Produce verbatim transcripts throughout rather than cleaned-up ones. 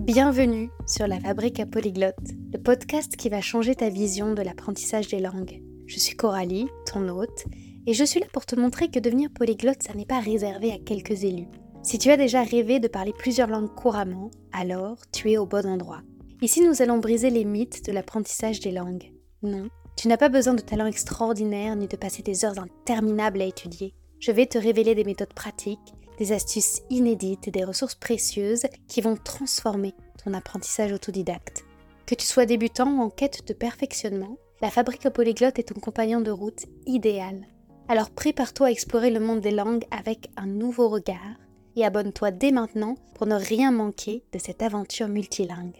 Bienvenue sur La Fabrique à Polyglotte, le podcast qui va changer ta vision de l'apprentissage des langues. Je suis Coralie, ton hôte, et je suis là pour te montrer que devenir polyglotte, ça n'est pas réservé à quelques élus. Si tu as déjà rêvé de parler plusieurs langues couramment, alors tu es au bon endroit. Ici, nous allons briser les mythes de l'apprentissage des langues. Non, tu n'as pas besoin de talent extraordinaire ni de passer des heures interminables à étudier. Je vais te révéler des méthodes pratiques, des astuces inédites et des ressources précieuses qui vont transformer ton apprentissage autodidacte. Que tu sois débutant ou en quête de perfectionnement, la Fabrique à Polyglotte est ton compagnon de route idéal. Alors prépare-toi à explorer le monde des langues avec un nouveau regard et abonne-toi dès maintenant pour ne rien manquer de cette aventure multilingue.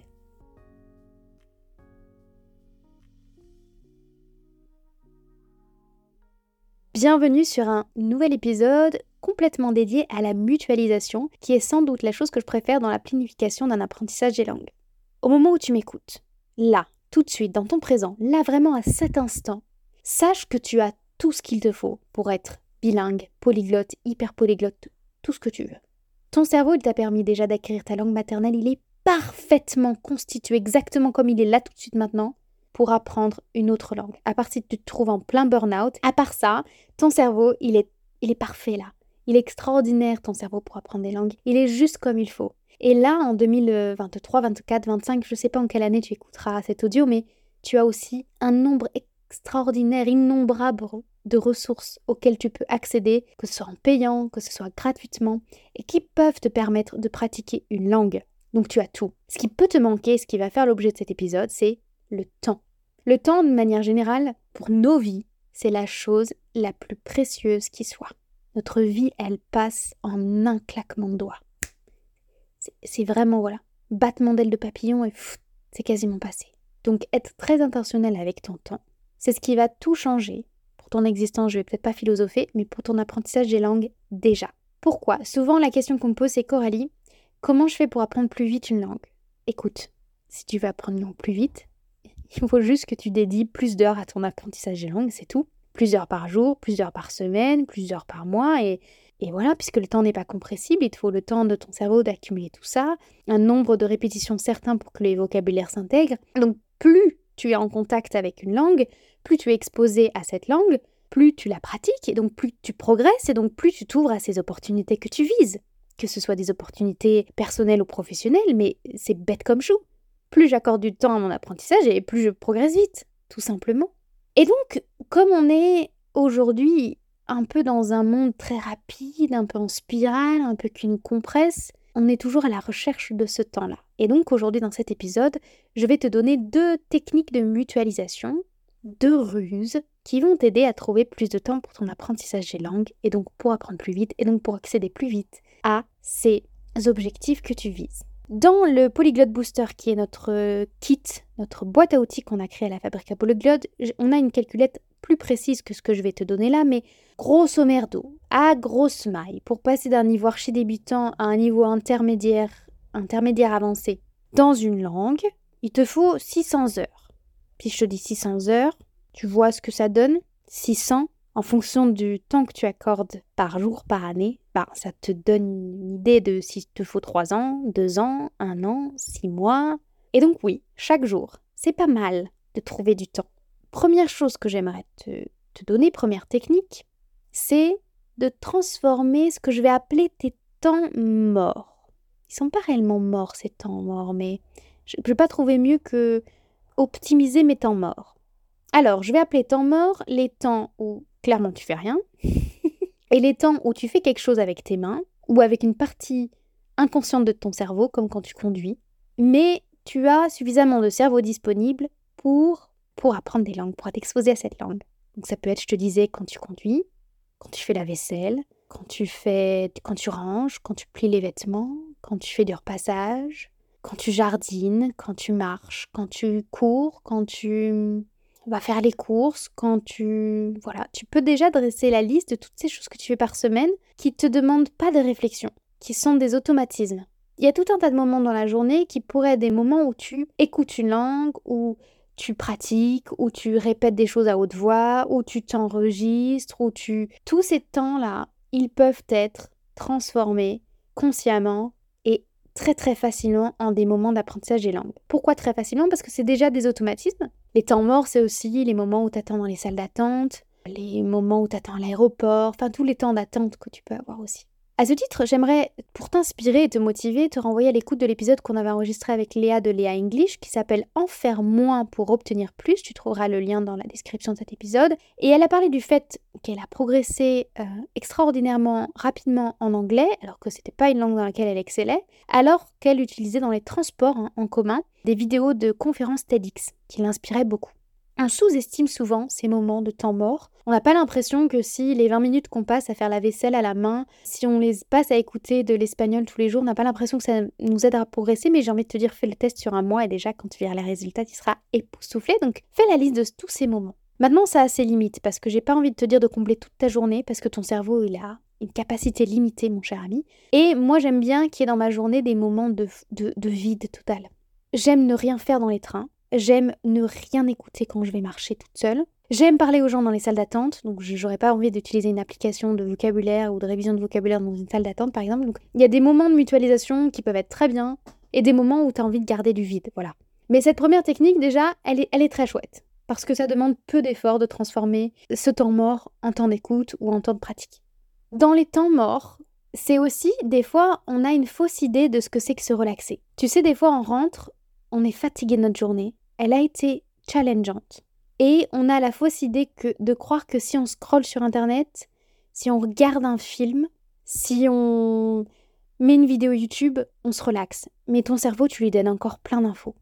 Bienvenue sur un nouvel épisode complètement dédié à la mutualisation, qui est sans doute la chose que je préfère dans la planification d'un apprentissage des langues. Au moment où tu m'écoutes, là, tout de suite, dans ton présent, là vraiment à cet instant, sache que tu as tout ce qu'il te faut pour être bilingue, polyglotte, hyper polyglotte, tout ce que tu veux. Ton cerveau, il t'a permis déjà d'acquérir ta langue maternelle, il est parfaitement constitué, exactement comme il est là tout de suite maintenant, pour apprendre une autre langue. À part si tu te trouves en plein burn-out, à part ça, ton cerveau, il est, il est parfait là. Il est extraordinaire, ton cerveau, pour apprendre des langues. Il est juste comme il faut. Et là, en deux mille vingt-trois, vingt-quatre, vingt-cinq, je ne sais pas en quelle année tu écouteras cet audio, mais tu as aussi un nombre extraordinaire, innombrable de ressources auxquelles tu peux accéder, que ce soit en payant, que ce soit gratuitement, et qui peuvent te permettre de pratiquer une langue. Donc tu as tout. Ce qui peut te manquer, ce qui va faire l'objet de cet épisode, c'est le temps. Le temps, de manière générale, pour nos vies, c'est la chose la plus précieuse qui soit. Notre vie, elle passe en un claquement de doigts. C'est, c'est vraiment, voilà, battement d'aile de papillon et pff, c'est quasiment passé. Donc, être très intentionnel avec ton temps, c'est ce qui va tout changer. Pour ton existence, je vais peut-être pas philosopher, mais pour ton apprentissage des langues, déjà. Pourquoi ? Souvent, la question qu'on me pose, c'est Coralie, comment je fais pour apprendre plus vite une langue ? Écoute, si tu veux apprendre une langue plus vite, il faut juste que tu dédies plus d'heures à ton apprentissage des langues, c'est tout. Plus d'heures par jour, plus d'heures par semaine, plus d'heures par mois. Et, et voilà, puisque le temps n'est pas compressible, il te faut le temps de ton cerveau d'accumuler tout ça, un nombre de répétitions certain pour que le vocabulaire s'intègre. Donc plus tu es en contact avec une langue, plus tu es exposé à cette langue, plus tu la pratiques, et donc plus tu progresses, et donc plus tu t'ouvres à ces opportunités que tu vises. Que ce soit des opportunités personnelles ou professionnelles, mais c'est bête comme chou. Plus j'accorde du temps à mon apprentissage et plus je progresse vite, tout simplement. Et donc, comme on est aujourd'hui un peu dans un monde très rapide, un peu en spirale, un peu qu'une compresse, on est toujours à la recherche de ce temps-là. Et donc aujourd'hui dans cet épisode, je vais te donner deux techniques de mutualisation, deux ruses qui vont t'aider à trouver plus de temps pour ton apprentissage des langues et donc pour apprendre plus vite et donc pour accéder plus vite à ces objectifs que tu vises. Dans le Polyglot Booster, qui est notre kit, notre boîte à outils qu'on a créé à la Fabrique à Polyglotte, on a une calculette plus précise que ce que je vais te donner là, mais grosso merdo, à grosse maille, pour passer d'un niveau archi débutant à un niveau intermédiaire, intermédiaire avancé dans une langue, il te faut six cents heures. Si je te dis six cents heures, tu vois ce que ça donne ? six cents, en fonction du temps que tu accordes par jour, par année, bah, ça te donne une idée de s'il te faut trois ans, deux ans, un an, six mois. Et donc oui, chaque jour, c'est pas mal de trouver du temps. Première chose que j'aimerais te, te donner, première technique, c'est de transformer ce que je vais appeler tes temps morts. Ils sont pas réellement morts, ces temps morts, mais je ne vais pas trouver mieux que optimiser mes temps morts. Alors, je vais appeler temps morts les temps où clairement tu fais rien, et les temps où tu fais quelque chose avec tes mains, ou avec une partie inconsciente de ton cerveau, comme quand tu conduis, mais tu as suffisamment de cerveau disponible pour, pour apprendre des langues, pour t'exposer à cette langue. Donc ça peut être, je te disais, quand tu conduis, quand tu fais la vaisselle, quand tu fais, quand tu ranges, quand tu plies les vêtements, quand tu fais du repassage, quand tu jardines, quand tu marches, quand tu cours, quand tu vas faire les courses, quand tu... Voilà, tu peux déjà dresser la liste de toutes ces choses que tu fais par semaine qui ne te demandent pas de réflexion, qui sont des automatismes. Il y a tout un tas de moments dans la journée qui pourraient être des moments où tu écoutes une langue, où tu pratiques, où tu répètes des choses à haute voix, où tu t'enregistres, où tu... Tous ces temps-là, ils peuvent être transformés consciemment et très très facilement en des moments d'apprentissage des langues. Pourquoi très facilement? Parce que c'est déjà des automatismes. Les temps morts, c'est aussi les moments où tu attends dans les salles d'attente, les moments où tu attends à l'aéroport, enfin tous les temps d'attente que tu peux avoir aussi. À ce titre, j'aimerais, pour t'inspirer et te motiver, te renvoyer à l'écoute de l'épisode qu'on avait enregistré avec Léa de Léa English, qui s'appelle « En faire moins pour obtenir plus ». Tu trouveras le lien dans la description de cet épisode. Et elle a parlé du fait qu'elle a progressé euh, extraordinairement rapidement en anglais, alors que c'était pas une langue dans laquelle elle excellait, alors qu'elle utilisait dans les transports hein, en commun des vidéos de conférences TEDx, qui l'inspiraient beaucoup. On sous-estime souvent ces moments de temps mort. On n'a pas l'impression que si les vingt minutes qu'on passe à faire la vaisselle à la main, si on les passe à écouter de l'espagnol tous les jours, on n'a pas l'impression que ça nous aide à progresser, mais j'ai envie de te dire, fais le test sur un mois et déjà quand tu verras les résultats, tu seras époustouflé. Donc fais la liste de tous ces moments. Maintenant, ça a ses limites parce que j'ai pas envie de te dire de combler toute ta journée parce que ton cerveau, il a une capacité limitée, mon cher ami. Et moi, j'aime bien qu'il y ait dans ma journée des moments de, de, de vide total. J'aime ne rien faire dans les trains. J'aime ne rien écouter quand je vais marcher toute seule. J'aime parler aux gens dans les salles d'attente, donc je n'aurais pas envie d'utiliser une application de vocabulaire ou de révision de vocabulaire dans une salle d'attente, par exemple. Donc, il y a des moments de mutualisation qui peuvent être très bien et des moments où tu as envie de garder du vide, voilà. Mais cette première technique, déjà, elle est, elle est très chouette parce que ça demande peu d'efforts de transformer ce temps mort en temps d'écoute ou en temps de pratique. Dans les temps morts, c'est aussi, des fois, on a une fausse idée de ce que c'est que se relaxer. Tu sais, des fois, on rentre, on est fatigué de notre journée. Elle a été challengeante. Et on a la fausse idée que, de croire que si on scrolle sur Internet, si on regarde un film, si on met une vidéo YouTube, on se relaxe. Mais ton cerveau, tu lui donnes encore plein d'infos.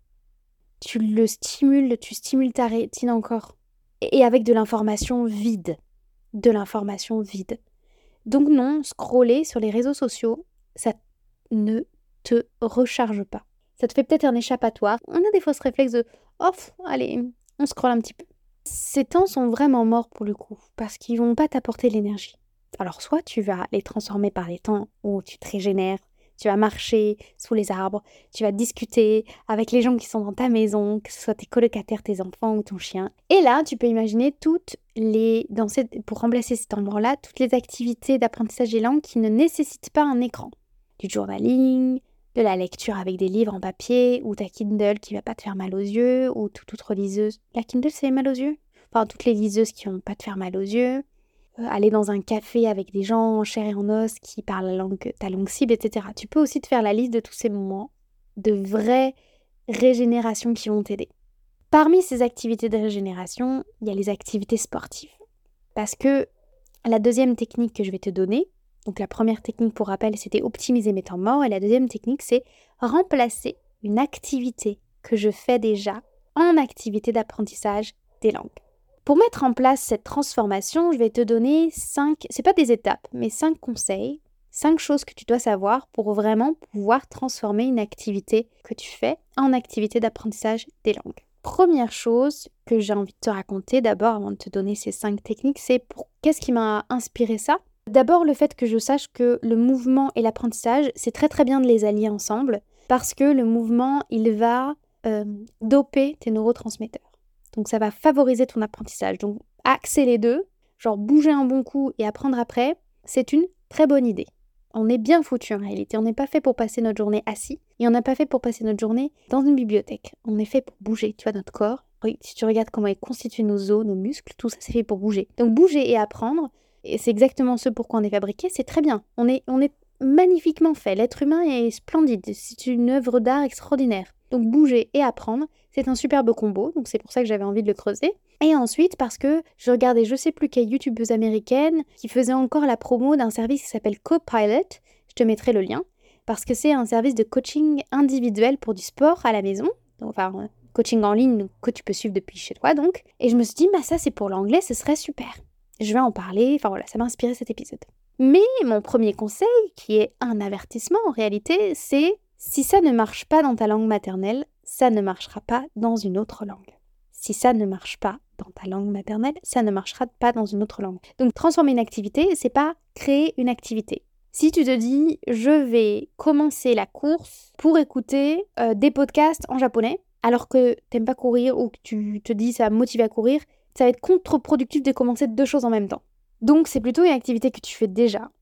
Tu le stimules, tu stimules ta rétine encore. Et avec de l'information vide. De l'information vide. Donc non, scroller sur les réseaux sociaux, ça ne te recharge pas. Ça te fait peut-être un échappatoire. On a des fausses réflexes de « Oh, allez, on scrolle un petit peu ». Ces temps sont vraiment morts pour le coup, parce qu'ils vont pas t'apporter l'énergie. Alors soit tu vas les transformer par des temps où tu te régénères, tu vas marcher sous les arbres, tu vas discuter avec les gens qui sont dans ta maison, que ce soit tes colocataires, tes enfants ou ton chien. Et là, tu peux imaginer toutes les, dans cette, pour remplacer ces temps morts-là, toutes les activités d'apprentissage des langues qui ne nécessitent pas un écran. Du journaling, de la lecture avec des livres en papier, ou ta Kindle qui va pas te faire mal aux yeux, ou toute autre liseuse. La Kindle, ça fait mal aux yeux? Enfin, toutes les liseuses qui vont pas te faire mal aux yeux. Euh, aller dans un café avec des gens en chair et en os qui parlent la langue, ta langue cible, et cetera. Tu peux aussi te faire la liste de tous ces moments de vraie régénération qui vont t'aider. Parmi ces activités de régénération, il y a les activités sportives. Parce que la deuxième technique que je vais te donner, donc la première technique pour rappel, c'était optimiser mes temps morts, et la deuxième technique, c'est remplacer une activité que je fais déjà en activité d'apprentissage des langues. Pour mettre en place cette transformation, je vais te donner cinq, c'est pas des étapes, mais cinq conseils, cinq choses que tu dois savoir pour vraiment pouvoir transformer une activité que tu fais en activité d'apprentissage des langues. Première chose que j'ai envie de te raconter d'abord avant de te donner ces cinq techniques, c'est pour qu'est-ce qui m'a inspiré ça? D'abord, le fait que je sache que le mouvement et l'apprentissage, c'est très très bien de les allier ensemble parce que le mouvement, il va euh, doper tes neurotransmetteurs. Donc ça va favoriser ton apprentissage. Donc axer les deux, genre bouger un bon coup et apprendre après, c'est une très bonne idée. On est bien foutu en réalité. On n'est pas fait pour passer notre journée assis et on n'a pas fait pour passer notre journée dans une bibliothèque. On est fait pour bouger, tu vois, notre corps. Si tu regardes comment est constitué nos os, nos muscles, tout ça c'est fait pour bouger. Donc bouger et apprendre, et c'est exactement ce pourquoi on est fabriqué, c'est très bien. On est, on est magnifiquement fait. L'être humain est splendide. C'est une œuvre d'art extraordinaire. Donc bouger et apprendre, c'est un superbe combo. Donc c'est pour ça que j'avais envie de le creuser. Et ensuite, parce que je regardais je sais plus quelle youtubeuse américaine qui faisait encore la promo d'un service qui s'appelle Copilot. Je te mettrai le lien. Parce que c'est un service de coaching individuel pour du sport à la maison. Enfin, coaching en ligne que tu peux suivre depuis chez toi donc. Et je me suis dit, bah ça c'est pour l'anglais, ce serait super. Je vais en parler, enfin voilà, ça m'a inspiré cet épisode. Mais mon premier conseil, qui est un avertissement en réalité, c'est si ça ne marche pas dans ta langue maternelle, ça ne marchera pas dans une autre langue. Si ça ne marche pas dans ta langue maternelle, ça ne marchera pas dans une autre langue. Donc transformer une activité, c'est pas créer une activité. Si tu te dis, je vais commencer la course pour écouter euh, des podcasts en japonais, alors que t'aimes pas courir ou que tu te dis ça va me motiver à courir, ça va être contre-productif de commencer deux choses en même temps. Donc c'est plutôt une activité que tu fais déjà,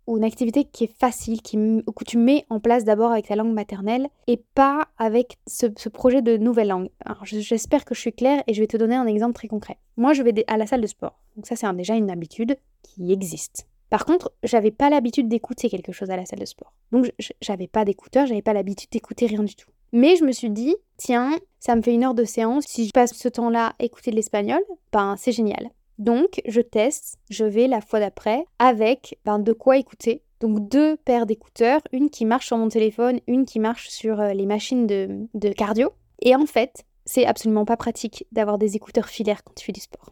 ou une activité qui est facile, qui, que tu mets en place d'abord avec ta langue maternelle et pas avec ce, ce projet de nouvelle langue. Alors, j'espère que je suis claire et je vais te donner un exemple très concret. Moi, je vais à la salle de sport. Donc ça, c'est un, déjà une habitude qui existe. Par contre, j'avais pas l'habitude d'écouter quelque chose à la salle de sport. Donc, j'avais pas d'écouteurs, j'avais pas l'habitude d'écouter rien du tout. Mais je me suis dit, tiens, ça me fait une heure de séance. Si je passe ce temps-là à écouter de l'espagnol, ben c'est génial. Donc, je teste, je vais la fois d'après avec ben, de quoi écouter. Donc, deux paires d'écouteurs, une qui marche sur mon téléphone, une qui marche sur euh, les machines de, de cardio. Et en fait, c'est absolument pas pratique d'avoir des écouteurs filaires quand tu fais du sport.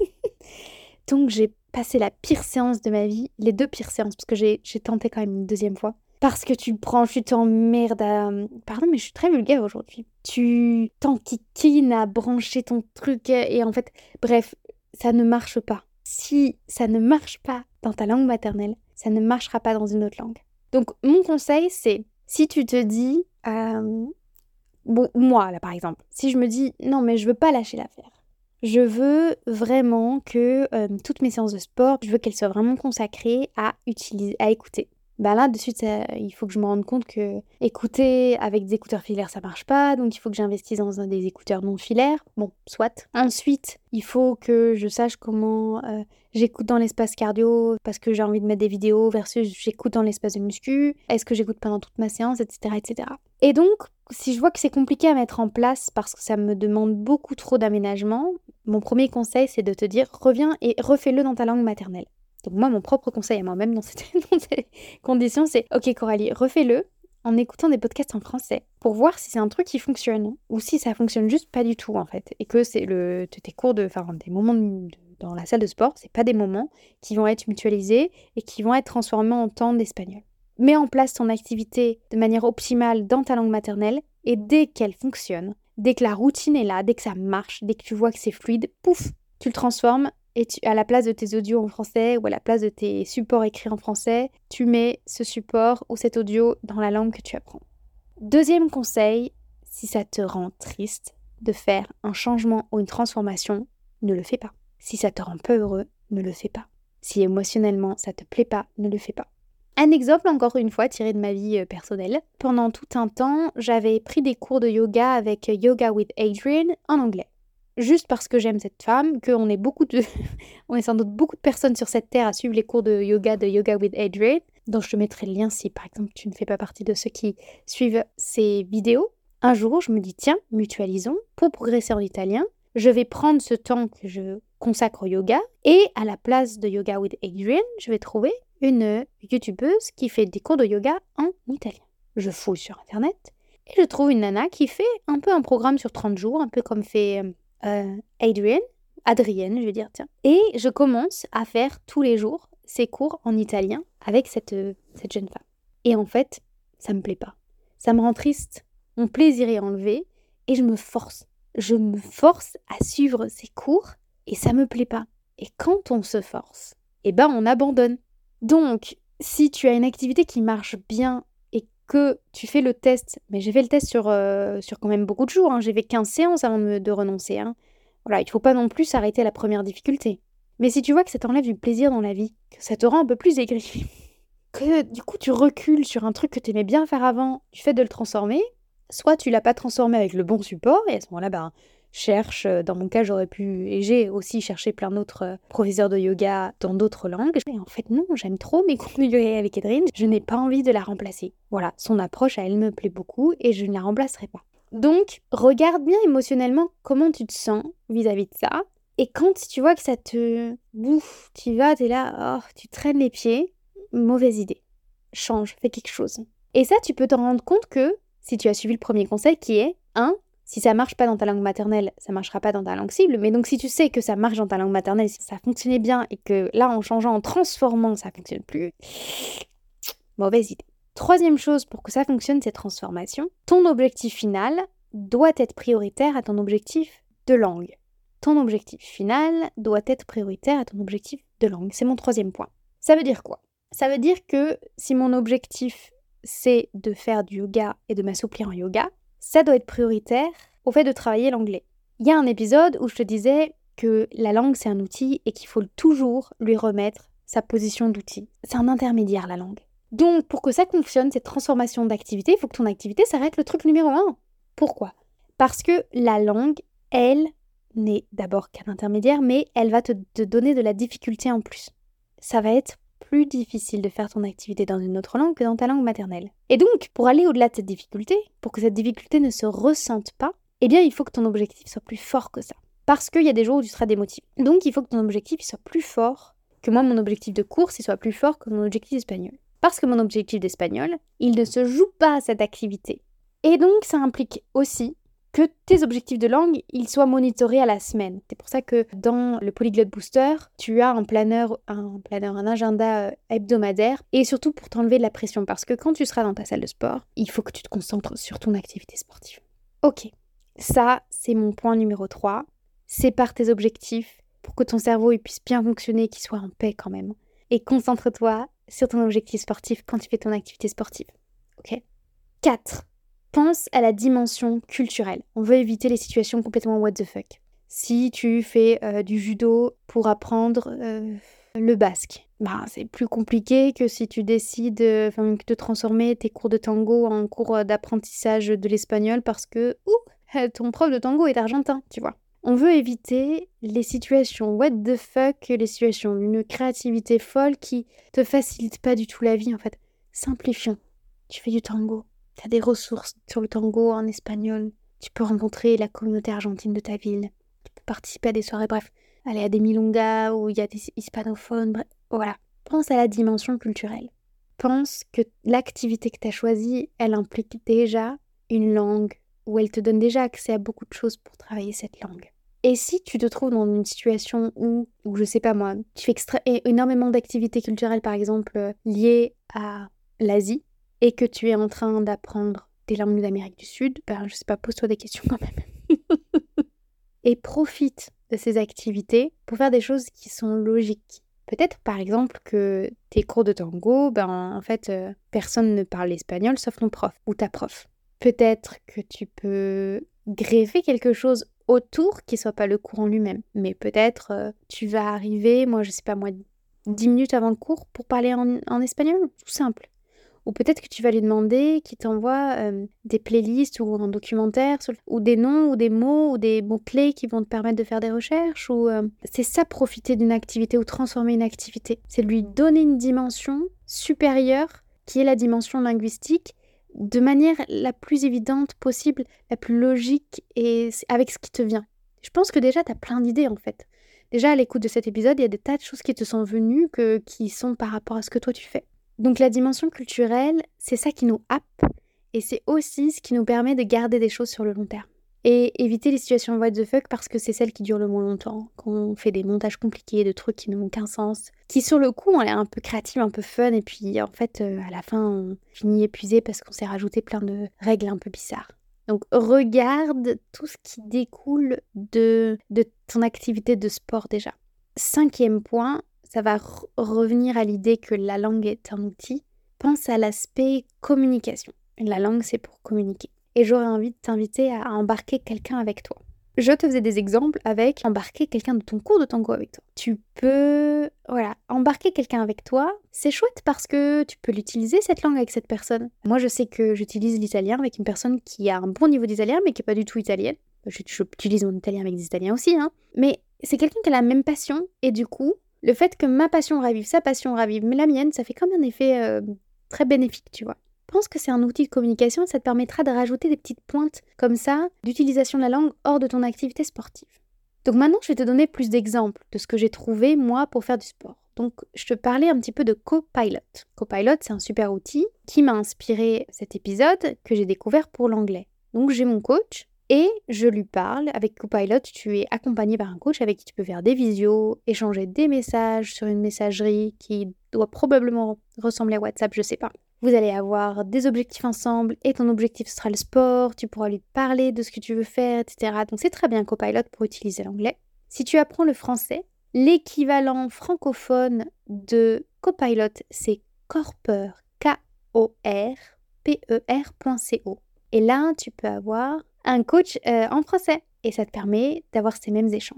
Donc, j'ai passé la pire séance de ma vie, les deux pires séances, parce que j'ai, j'ai tenté quand même une deuxième fois. Parce que tu prends, tu t'emmerdes à... Pardon, mais je suis très vulgaire aujourd'hui. Tu t'enquiquines à brancher ton truc et en fait, bref, ça ne marche pas. Si ça ne marche pas dans ta langue maternelle, ça ne marchera pas dans une autre langue. Donc, mon conseil, c'est, si tu te dis... Euh... Bon, moi, là, par exemple, si je me dis, non, mais je veux pas lâcher l'affaire. Je veux vraiment que euh, toutes mes séances de sport, je veux qu'elles soient vraiment consacrées à utiliser, à écouter. Bah là, de suite, ça, il faut que je me rende compte que écouter avec des écouteurs filaires, ça marche pas. Donc, il faut que j'investisse dans un des écouteurs non filaires. Bon, soit. Ensuite, il faut que je sache comment euh, j'écoute dans l'espace cardio parce que j'ai envie de mettre des vidéos versus j'écoute dans l'espace de muscu. Est-ce que j'écoute pendant toute ma séance, et cetera, et cetera. Et donc, si je vois que c'est compliqué à mettre en place parce que ça me demande beaucoup trop d'aménagement, mon premier conseil, c'est de te dire, reviens et refais-le dans ta langue maternelle. Donc moi, mon propre conseil à moi-même dans, cette, dans ces conditions, c'est « Ok Coralie, refais-le en écoutant des podcasts en français pour voir si c'est un truc qui fonctionne ou si ça fonctionne juste pas du tout en fait. Et que c'est le, tes cours de... Enfin, des moments de, dans la salle de sport, c'est pas des moments qui vont être mutualisés et qui vont être transformés en temps d'espagnol. Mets en place ton activité de manière optimale dans ta langue maternelle et dès qu'elle fonctionne, dès que la routine est là, dès que ça marche, dès que tu vois que c'est fluide, pouf, tu le transformes. Et tu, à la place de tes audios en français ou à la place de tes supports écrits en français, tu mets ce support ou cet audio dans la langue que tu apprends. Deuxième conseil, si ça te rend triste de faire un changement ou une transformation, ne le fais pas. Si ça te rend peu heureux, ne le fais pas. Si émotionnellement ça te plaît pas, ne le fais pas. Un exemple encore une fois tiré de ma vie personnelle. Pendant tout un temps, j'avais pris des cours de yoga avec Yoga with Adriene en anglais. Juste parce que j'aime cette femme, qu'on est beaucoup de... on est sans doute beaucoup de personnes sur cette terre à suivre les cours de yoga de Yoga with Adriene, dont je te mettrai le lien si par exemple tu ne fais pas partie de ceux qui suivent ces vidéos. Un jour, je me dis tiens, mutualisons, pour progresser en italien, je vais prendre ce temps que je consacre au yoga et à la place de Yoga with Adriene, je vais trouver une youtubeuse qui fait des cours de yoga en italien. Je fouille sur internet et je trouve une nana qui fait un peu un programme sur trente jours, un peu comme fait... Euh, Adrienne, Adrienne, je vais dire, tiens. Et je commence à faire tous les jours ces cours en italien avec cette, euh, cette jeune femme. Et en fait, ça me plaît pas. Ça me rend triste. Mon plaisir est enlevé et je me force. Je me force à suivre ces cours et ça me plaît pas. Et quand on se force, eh ben on abandonne. Donc, si tu as une activité qui marche bien que tu fais le test, mais j'ai fait le test sur, euh, sur quand même beaucoup de jours, hein. J'ai fait quinze séances avant de, de renoncer. Hein. Voilà, il ne faut pas non plus s'arrêter à la première difficulté. Mais si tu vois que ça t'enlève du plaisir dans la vie, que ça te rend un peu plus aigri, que du coup tu recules sur un truc que tu aimais bien faire avant, du fait de le transformer, soit tu l'as pas transformé avec le bon support, et à ce moment-là, ben, cherche, dans mon cas j'aurais pu, et j'ai aussi cherché plein d'autres professeurs de yoga dans d'autres langues, et en fait non, j'aime trop mes cours de yoga avec Adriene, je n'ai pas envie de la remplacer. Voilà, son approche à elle me plaît beaucoup, et je ne la remplacerai pas. Donc, regarde bien émotionnellement comment tu te sens vis-à-vis de ça, et quand tu vois que ça te bouffe, tu vas, t'es là, oh, tu traînes les pieds, mauvaise idée. Change, fais quelque chose. Et ça, tu peux t'en rendre compte que, si tu as suivi le premier conseil qui est, un, si ça marche pas dans ta langue maternelle, ça marchera pas dans ta langue cible. Mais donc si tu sais que ça marche dans ta langue maternelle, si ça fonctionnait bien et que là, en changeant, en transformant, ça fonctionne plus, mauvaise idée. Troisième chose pour que ça fonctionne, cette transformation, ton objectif final doit être prioritaire à ton objectif de langue. Ton objectif final doit être prioritaire à ton objectif de langue. C'est mon troisième point. Ça veut dire quoi ? Ça veut dire que si mon objectif, c'est de faire du yoga et de m'assouplir en yoga, ça doit être prioritaire au fait de travailler l'anglais. Il y a un épisode où je te disais que la langue, c'est un outil et qu'il faut toujours lui remettre sa position d'outil. C'est un intermédiaire, la langue. Donc, pour que ça fonctionne, cette transformation d'activité, il faut que ton activité, ça reste le truc numéro un. Pourquoi ? Parce que la langue, elle, n'est d'abord qu'un intermédiaire, mais elle va te, te donner de la difficulté en plus. Ça va être plus difficile de faire ton activité dans une autre langue que dans ta langue maternelle. Et donc, pour aller au-delà de cette difficulté, pour que cette difficulté ne se ressente pas, eh bien, il faut que ton objectif soit plus fort que ça. Parce qu'il y a des jours où tu seras démotivé. Donc, il faut que ton objectif soit plus fort que moi, mon objectif de course, il soit plus fort que mon objectif d'espagnol. Parce que mon objectif d'espagnol, il ne se joue pas à cette activité. Et donc, ça implique aussi que tes objectifs de langue, ils soient monitorés à la semaine. C'est pour ça que dans le Polyglot Booster, tu as un planeur, un planeur, un agenda hebdomadaire, et surtout pour t'enlever de la pression, parce que quand tu seras dans ta salle de sport, il faut que tu te concentres sur ton activité sportive. Ok, ça, c'est mon point numéro trois. Sépare tes objectifs pour que ton cerveau il puisse bien fonctionner, qu'il soit en paix quand même. Et concentre-toi sur ton objectif sportif quand tu fais ton activité sportive. Ok ? quatre. Pense à la dimension culturelle. On veut éviter les situations complètement what the fuck. Si tu fais euh, du judo pour apprendre euh, le basque, bah, c'est plus compliqué que si tu décides euh, de transformer tes cours de tango en cours d'apprentissage de l'espagnol parce que ouh, ton prof de tango est argentin, tu vois. On veut éviter les situations what the fuck, les situations d'une créativité folle qui te facilite pas du tout la vie en fait. Simplifions. Tu fais du tango. Tu as des ressources sur le tango en espagnol. Tu peux rencontrer la communauté argentine de ta ville. Tu peux participer à des soirées, bref, aller à des milongas où il y a des hispanophones, bref, voilà. Pense à la dimension culturelle. Pense que l'activité que tu as choisie, elle implique déjà une langue, où elle te donne déjà accès à beaucoup de choses pour travailler cette langue. Et si tu te trouves dans une situation où, où je sais pas moi, tu fais extra- énormément d'activités culturelles, par exemple, liées à l'Asie, et que tu es en train d'apprendre des langues d'Amérique du Sud, ben je sais pas, pose-toi des questions quand même. Et profite de ces activités pour faire des choses qui sont logiques. Peut-être par exemple que tes cours de tango, ben en fait, euh, personne ne parle l'espagnol sauf ton prof ou ta prof. Peut-être que tu peux greffer quelque chose autour qui soit pas le cours en lui-même. Mais peut-être euh, tu vas arriver, moi je sais pas moi, dix minutes avant le cours pour parler en, en espagnol, tout simple. Ou peut-être que tu vas lui demander qu'il t'envoie euh, des playlists ou un documentaire, sur, ou des noms, ou des mots, ou des mots-clés qui vont te permettre de faire des recherches. Ou euh, c'est ça, profiter d'une activité ou transformer une activité. C'est lui donner une dimension supérieure, qui est la dimension linguistique, de manière la plus évidente possible, la plus logique et avec ce qui te vient. Je pense que déjà, tu as plein d'idées en fait. Déjà, à l'écoute de cet épisode, il y a des tas de choses qui te sont venues, que, qui sont par rapport à ce que toi tu fais. Donc la dimension culturelle, c'est ça qui nous happe et c'est aussi ce qui nous permet de garder des choses sur le long terme. Et éviter les situations what the fuck parce que c'est celles qui durent le moins longtemps, quand on fait des montages compliqués, de trucs qui n'ont aucun sens, qui sur le coup ont l'air un peu créatifs, un peu fun et puis en fait euh, à la fin on finit épuisé parce qu'on s'est rajouté plein de règles un peu bizarres. Donc regarde tout ce qui découle de, de ton activité de sport déjà. Cinquième point, ça va re- revenir à l'idée que la langue est un outil. Pense à l'aspect communication. La langue, c'est pour communiquer. Et j'aurais envie de t'inviter à embarquer quelqu'un avec toi. Je te faisais des exemples avec embarquer quelqu'un de ton cours de tango avec toi. Tu peux, voilà, embarquer quelqu'un avec toi. C'est chouette parce que tu peux l'utiliser cette langue avec cette personne. Moi, je sais que j'utilise l'italien avec une personne qui a un bon niveau d'italien, mais qui n'est pas du tout italienne. J'utilise mon italien avec des Italiens aussi, hein. Mais c'est quelqu'un qui a la même passion et du coup, le fait que ma passion ravive, sa passion ravive, mais la mienne, ça fait comme un effet euh, très bénéfique, tu vois. Pense que c'est un outil de communication et ça te permettra de rajouter des petites pointes comme ça d'utilisation de la langue hors de ton activité sportive. Donc maintenant, je vais te donner plus d'exemples de ce que j'ai trouvé, moi, pour faire du sport. Donc, je te parlais un petit peu de Copilot. Copilot, c'est un super outil qui m'a inspiré cet épisode que j'ai découvert pour l'anglais. Donc, j'ai mon coach. Et je lui parle. Avec Copilot, tu es accompagné par un coach avec qui tu peux faire des visios, échanger des messages sur une messagerie qui doit probablement ressembler à WhatsApp, je sais pas. Vous allez avoir des objectifs ensemble et ton objectif sera le sport. Tu pourras lui parler de ce que tu veux faire, et cetera. Donc c'est très bien Copilot pour utiliser l'anglais. Si tu apprends le français, l'équivalent francophone de Copilot, c'est Corper, K O R P E R point C O. Et là, tu peux avoir un coach euh, en français et ça te permet d'avoir ces mêmes échanges.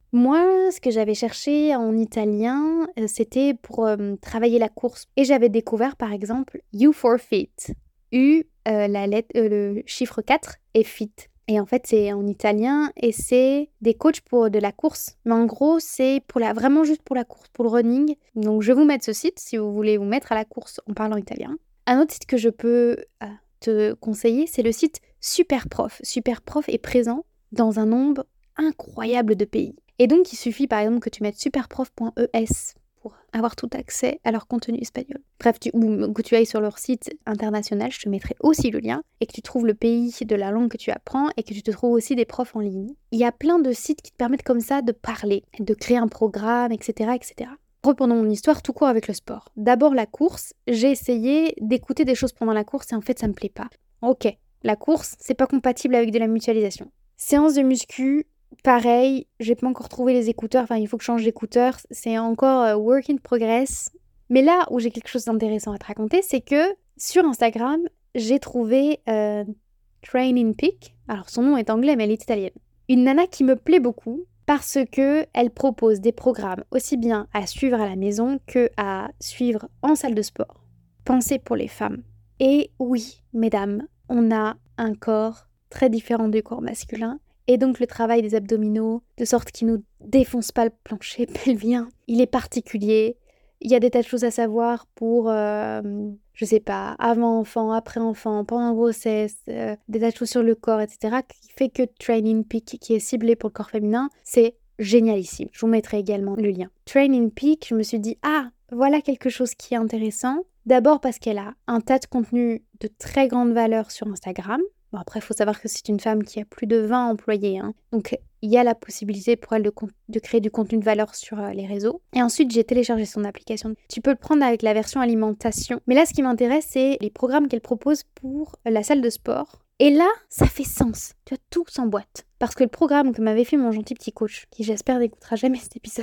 Moi, ce que j'avais cherché en italien, euh, c'était pour euh, travailler la course. Et j'avais découvert, par exemple, U for Fit. U, euh, la lettre, euh, le chiffre quatre, et fit. Et en fait, c'est en italien et c'est des coachs pour de la course. Mais en gros, c'est pour la, vraiment juste pour la course, pour le running. Donc, je vais vous mettre ce site si vous voulez vous mettre à la course en parlant italien. Un autre site que je peux euh, te conseiller, c'est le site Superprof. Superprof est présent dans un nombre incroyable de pays. Et donc, il suffit par exemple que tu mettes superprof point e s pour avoir tout accès à leur contenu espagnol. Bref, tu, ou que tu ailles sur leur site international, je te mettrai aussi le lien, et que tu trouves le pays de la langue que tu apprends et que tu te trouves aussi des profs en ligne. Il y a plein de sites qui te permettent comme ça de parler, de créer un programme, et cetera, et cetera. Reprenons mon histoire tout court avec le sport. D'abord la course, j'ai essayé d'écouter des choses pendant la course et en fait ça me plaît pas. Ok, la course, c'est pas compatible avec de la mutualisation. Séance de muscu, pareil, j'ai pas encore trouvé les écouteurs, enfin il faut que je change d'écouteurs, c'est encore euh, work in progress. Mais là où j'ai quelque chose d'intéressant à te raconter, c'est que sur Instagram, j'ai trouvé euh, Training Peak. Alors son nom est anglais mais elle est italienne. Une nana qui me plaît beaucoup parce que elle propose des programmes aussi bien à suivre à la maison que à suivre en salle de sport. Pensez pour les femmes. Et oui, mesdames, on a un corps très différent du corps masculin. Et donc le travail des abdominaux, de sorte qu'il ne nous défonce pas le plancher pelvien, il est particulier. Il y a des tas de choses à savoir pour, euh, je sais pas, avant enfant, après enfant, pendant grossesse, euh, des tas de choses sur le corps, et cetera, qui fait que Training Peak, qui est ciblé pour le corps féminin, c'est génialissime. Je vous mettrai également le lien. Training Peak, je me suis dit, ah, voilà quelque chose qui est intéressant. D'abord parce qu'elle a un tas de contenus de très grande valeur sur Instagram. Bon, après, il faut savoir que c'est une femme qui a plus de vingt employés. Hein. Donc, il y a la possibilité pour elle de, de créer du contenu de valeur sur euh, les réseaux. Et ensuite, j'ai téléchargé son application. Tu peux le prendre avec la version alimentation. Mais là, ce qui m'intéresse, c'est les programmes qu'elle propose pour la salle de sport. Et là, ça fait sens. Tu vois, tout s'emboîte. Parce que le programme que m'avait fait mon gentil petit coach, qui j'espère n'écoutera jamais cet épisode,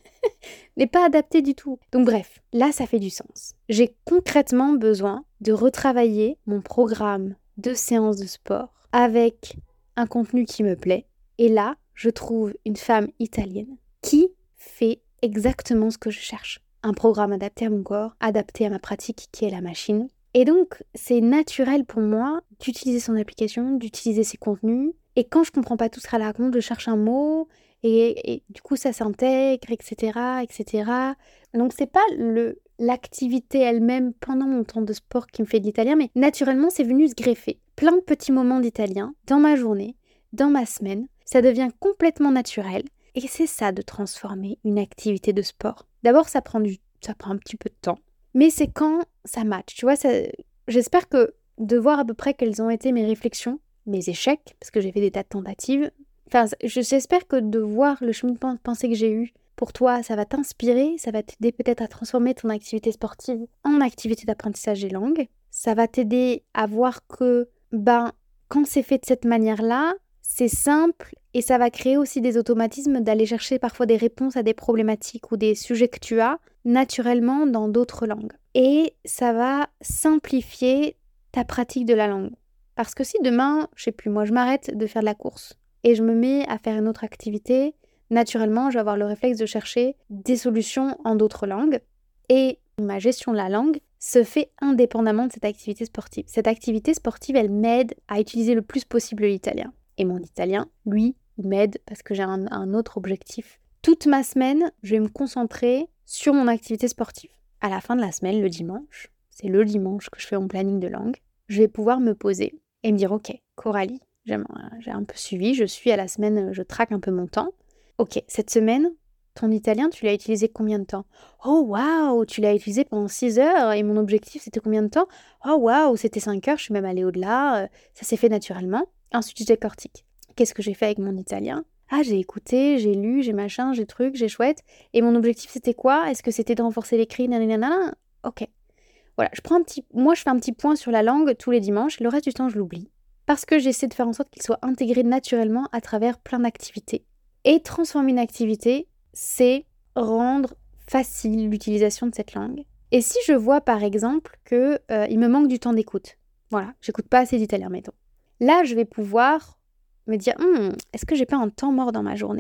n'est pas adapté du tout. Donc bref, là, ça fait du sens. J'ai concrètement besoin de retravailler mon programme de séances de sport avec un contenu qui me plaît. Et là, je trouve une femme italienne qui fait exactement ce que je cherche. Un programme adapté à mon corps, adapté à ma pratique qui est la machine. Et donc, c'est naturel pour moi d'utiliser son application, d'utiliser ses contenus. Et quand je comprends pas tout ce qu'elle raconte, je cherche un mot et, et du coup ça s'intègre, et cetera, et cetera. Donc c'est pas le l'activité elle-même pendant mon temps de sport qui me fait de l'italien, mais naturellement c'est venu se greffer. Plein de petits moments d'italien dans ma journée, dans ma semaine. Ça devient complètement naturel. Et c'est ça de transformer une activité de sport. D'abord ça prend du, ça prend un petit peu de temps. Mais c'est quand ça match. Tu vois, ça, j'espère que de voir à peu près quelles ont été mes réflexions, mes échecs, parce que j'ai fait des tas de tentatives. Enfin, j'espère que de voir le cheminement de pensée que j'ai eu pour toi, ça va t'inspirer, ça va t'aider peut-être à transformer ton activité sportive en activité d'apprentissage des langues. Ça va t'aider à voir que, ben, quand c'est fait de cette manière-là, c'est simple et ça va créer aussi des automatismes d'aller chercher parfois des réponses à des problématiques ou des sujets que tu as naturellement dans d'autres langues. Et ça va simplifier ta pratique de la langue. Parce que si demain, je sais plus, moi je m'arrête de faire de la course et je me mets à faire une autre activité, naturellement, je vais avoir le réflexe de chercher des solutions en d'autres langues. Et ma gestion de la langue se fait indépendamment de cette activité sportive. Cette activité sportive, elle m'aide à utiliser le plus possible l'italien. Et mon italien, lui, il m'aide parce que j'ai un, un autre objectif. Toute ma semaine, je vais me concentrer sur mon activité sportive. À la fin de la semaine, le dimanche, c'est le dimanche que je fais mon planning de langue, je vais pouvoir me poser et me dire, ok, Coralie, j'ai, j'ai un peu suivi, je suis à la semaine, je traque un peu mon temps. Ok, cette semaine, ton italien, tu l'as utilisé combien de temps? Oh waouh, tu l'as utilisé pendant six heures et mon objectif, c'était combien de temps? Oh waouh, c'était cinq heures, je suis même allée au-delà, euh, ça s'est fait naturellement. Ensuite, je décortique. Qu'est-ce que j'ai fait avec mon italien? Ah, j'ai écouté, j'ai lu, j'ai machin, j'ai truc, j'ai chouette. Et mon objectif, c'était quoi? Est-ce que c'était de renforcer l'écrit? Nanana. Ok. Voilà, je prends un petit... Moi, je fais un petit point sur la langue tous les dimanches. Le reste du temps, je l'oublie. Parce que j'essaie de faire en sorte qu'il soit intégré naturellement à travers plein d'activités. Et transformer une activité, c'est rendre facile l'utilisation de cette langue. Et si je vois, par exemple, qu'il euh, me manque du temps d'écoute. Voilà, j'écoute pas assez d'italien, mettons. Là, je vais pouvoir me dire, hm, est-ce que j'ai pas un temps mort dans ma journée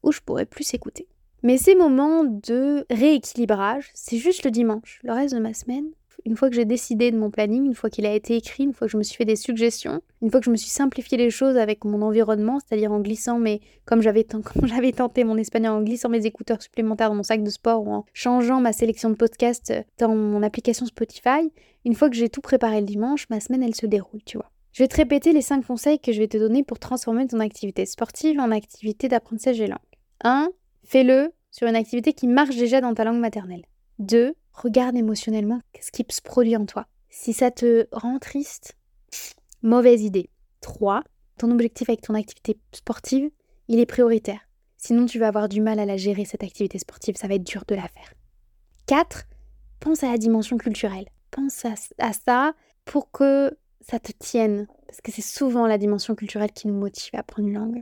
où je pourrais plus écouter. Mais ces moments de rééquilibrage, c'est juste le dimanche. Le reste de ma semaine, une fois que j'ai décidé de mon planning, une fois qu'il a été écrit, une fois que je me suis fait des suggestions, une fois que je me suis simplifié les choses avec mon environnement, c'est-à-dire en glissant mes, comme j'avais, t- comme j'avais tenté mon espagnol, en glissant mes écouteurs supplémentaires dans mon sac de sport ou en changeant ma sélection de podcasts dans mon application Spotify, une fois que j'ai tout préparé le dimanche, ma semaine, elle se déroule, tu vois. Je vais te répéter les cinq conseils que je vais te donner pour transformer ton activité sportive en activité d'apprentissage des langues. un. Fais-le sur une activité qui marche déjà dans ta langue maternelle. deux. Regarde émotionnellement ce qui se produit en toi. Si ça te rend triste, mauvaise idée. trois. Ton objectif avec ton activité sportive, il est prioritaire. Sinon, tu vas avoir du mal à la gérer, cette activité sportive. Ça va être dur de la faire. quatre. Pense à la dimension culturelle. Pense à, à ça pour que ça te tienne. Parce que c'est souvent la dimension culturelle qui nous motive à apprendre une langue.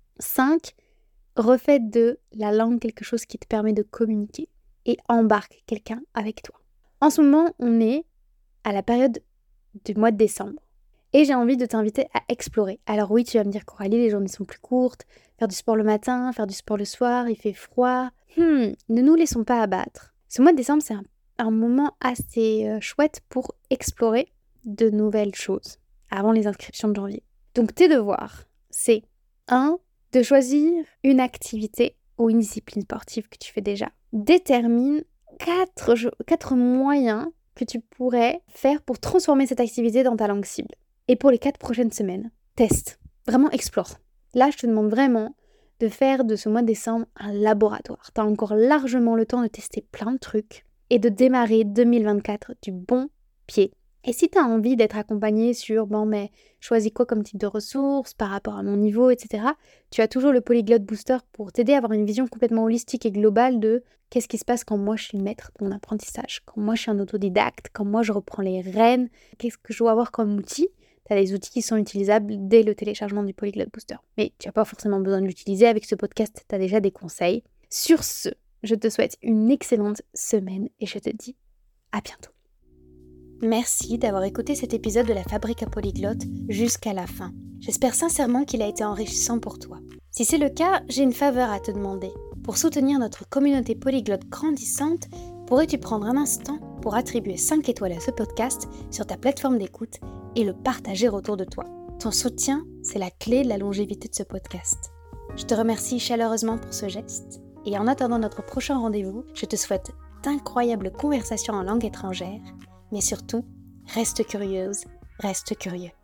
cinq. Refais de la langue quelque chose qui te permet de communiquer. Et embarque quelqu'un avec toi. En ce moment, on est à la période du mois de décembre. Et j'ai envie de t'inviter à explorer. Alors oui, tu vas me dire, Coralie, les journées sont plus courtes. Faire du sport le matin, faire du sport le soir, il fait froid. Hmm, ne nous laissons pas abattre. Ce mois de décembre, c'est un, un moment assez euh, chouette pour explorer de nouvelles choses avant les inscriptions de janvier. Donc tes devoirs, c'est un. De choisir une activité ou une discipline sportive que tu fais déjà. Détermine quatre, quatre moyens que tu pourrais faire pour transformer cette activité dans ta langue cible. Et pour les quatre prochaines semaines, teste. Vraiment explore. Là, je te demande vraiment de faire de ce mois de décembre un laboratoire. Tu as encore largement le temps de tester plein de trucs et de démarrer deux mille vingt-quatre du bon pied. Et si tu as envie d'être accompagné sur, bon, mais choisis quoi comme type de ressources par rapport à mon niveau, et cetera, tu as toujours le Polyglot Booster pour t'aider à avoir une vision complètement holistique et globale de qu'est-ce qui se passe quand moi je suis le maître de mon apprentissage, quand moi je suis un autodidacte, quand moi je reprends les rênes, qu'est-ce que je dois avoir comme outil. Tu as des outils qui sont utilisables dès le téléchargement du Polyglot Booster. Mais tu n'as pas forcément besoin de l'utiliser. Avec ce podcast, tu as déjà des conseils. Sur ce, je te souhaite une excellente semaine et je te dis à bientôt. Merci d'avoir écouté cet épisode de la Fabrique à Polyglotte jusqu'à la fin. J'espère sincèrement qu'il a été enrichissant pour toi. Si c'est le cas, j'ai une faveur à te demander. Pour soutenir notre communauté polyglotte grandissante, pourrais-tu prendre un instant pour attribuer cinq étoiles à ce podcast sur ta plateforme d'écoute et le partager autour de toi. Ton soutien, c'est la clé de la longévité de ce podcast. Je te remercie chaleureusement pour ce geste et en attendant notre prochain rendez-vous, je te souhaite d'incroyables conversations en langue étrangère. Mais surtout, reste curieuse, reste curieux.